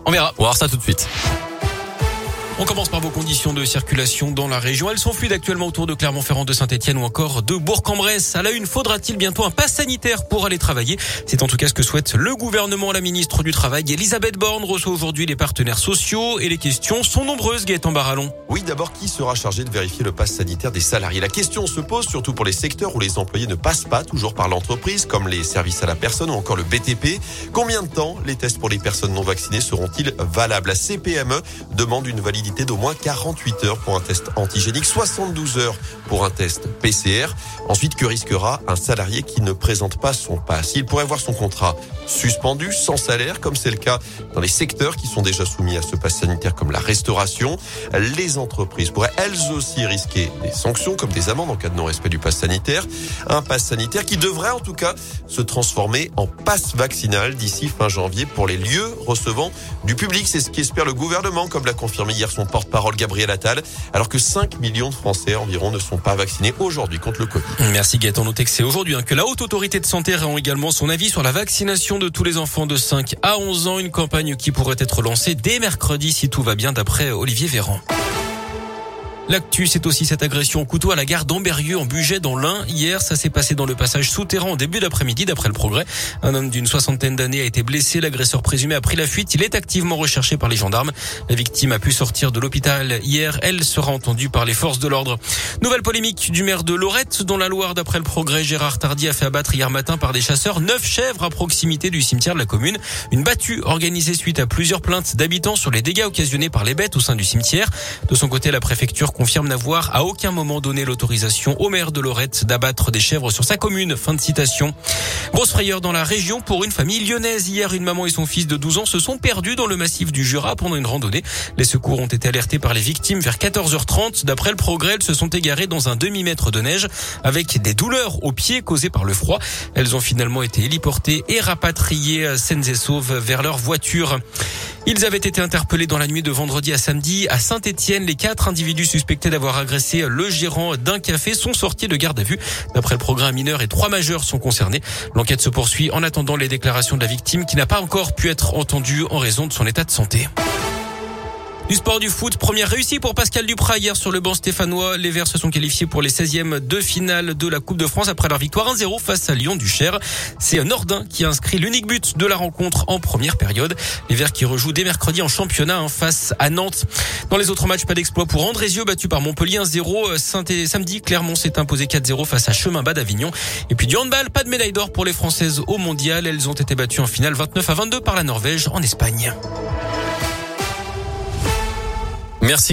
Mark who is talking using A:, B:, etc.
A: On verra. On va voir ça tout de suite.
B: On commence par vos conditions de circulation dans la région. Elles sont fluides actuellement autour de Clermont-Ferrand, de Saint-Etienne ou encore de Bourg-en-Bresse. À la une, faudra-t-il bientôt un pass sanitaire pour aller travailler? C'est en tout cas ce que souhaite le gouvernement. La ministre du Travail, Elisabeth Borne, reçoit aujourd'hui les partenaires sociaux et les questions sont nombreuses, Gaëtan Barallon.
C: Oui, d'abord, qui sera chargé de vérifier le pass sanitaire des salariés? La question se pose surtout pour les secteurs où les employés ne passent pas toujours par l'entreprise, comme les services à la personne ou encore le BTP. Combien de temps les tests pour les personnes non vaccinées seront-ils valables? La CPME demande une validité d'au moins 48 heures pour un test antigénique, 72 heures pour un test PCR. Ensuite, que risquera un salarié qui ne présente pas son pass? Il pourrait voir son contrat suspendu, sans salaire, comme c'est le cas dans les secteurs qui sont déjà soumis à ce pass sanitaire, comme la restauration. Les entreprises pourraient elles aussi risquer des sanctions, comme des amendes en cas de non-respect du pass sanitaire. Un pass sanitaire qui devrait en tout cas se transformer en pass vaccinal d'ici fin janvier pour les lieux recevant du public. C'est ce qu'espère le gouvernement, comme l'a confirmé hier son porte-parole Gabriel Attal, alors que 5 millions de Français environ ne sont pas vaccinés aujourd'hui contre le Covid.
B: Merci Gaëtan. Notez que c'est aujourd'hui que la Haute Autorité de Santé rend également son avis sur la vaccination de tous les enfants de 5 à 11 ans. Une campagne qui pourrait être lancée dès mercredi si tout va bien d'après Olivier Véran. L'actu, c'est aussi cette agression au couteau à la gare d'Ambérieu en Bugey dans l'Ain. Hier, ça s'est passé dans le passage souterrain en début d'après-midi, d'après le Progrès. Un homme d'une 60aine d'années a été blessé. L'agresseur présumé a pris la fuite. Il est activement recherché par les gendarmes. La victime a pu sortir de l'hôpital hier. Elle sera entendue par les forces de l'ordre. Nouvelle polémique du maire de Lorette dans la Loire. D'après le Progrès, Gérard Tardy a fait abattre hier matin par des chasseurs 9 chèvres à proximité du cimetière de la commune. Une battue organisée suite à plusieurs plaintes d'habitants sur les dégâts occasionnés par les bêtes au sein du cimetière. De son côté, la préfecture confirme n'avoir à aucun moment donné l'autorisation au maire de Lorette d'abattre des chèvres sur sa commune. Fin de citation. Grosse frayeur dans la région pour une famille lyonnaise. Hier, une maman et son fils de 12 ans se sont perdus dans le massif du Jura pendant une randonnée. Les secours ont été alertés par les victimes vers 14h30. D'après le Progrès, elles se sont égarées dans un demi-mètre de neige avec des douleurs aux pieds causées par le froid. Elles ont finalement été héliportées et rapatriées saines et sauves vers leur voiture. Ils avaient été interpellés dans la nuit de vendredi à samedi à Saint-Etienne. Les 4 individus suspectés d'avoir agressé le gérant d'un café sont sortis de garde à vue. D'après le Progrès, un mineur et 3 majeurs sont concernés. L'enquête se poursuit en attendant les déclarations de la victime qui n'a pas encore pu être entendue en raison de son état de santé. Du sport, du foot, première réussie pour Pascal Duprat hier sur le banc stéphanois. Les Verts se sont qualifiés pour les 16e de finale de la Coupe de France après leur victoire 1-0 face à Lyon du Cher. C'est Nordin qui a inscrit l'unique but de la rencontre en première période. Les Verts qui rejouent dès mercredi en championnat face à Nantes. Dans les autres matchs, pas d'exploit pour Andrézieux, battu par Montpellier 1-0. Samedi, Clermont s'est imposé 4-0 face à Chemin-Bas d'Avignon. Et puis du handball, pas de médaille d'or pour les Françaises au mondial. Elles ont été battues en finale 29-22 par la Norvège en Espagne.
A: Merci.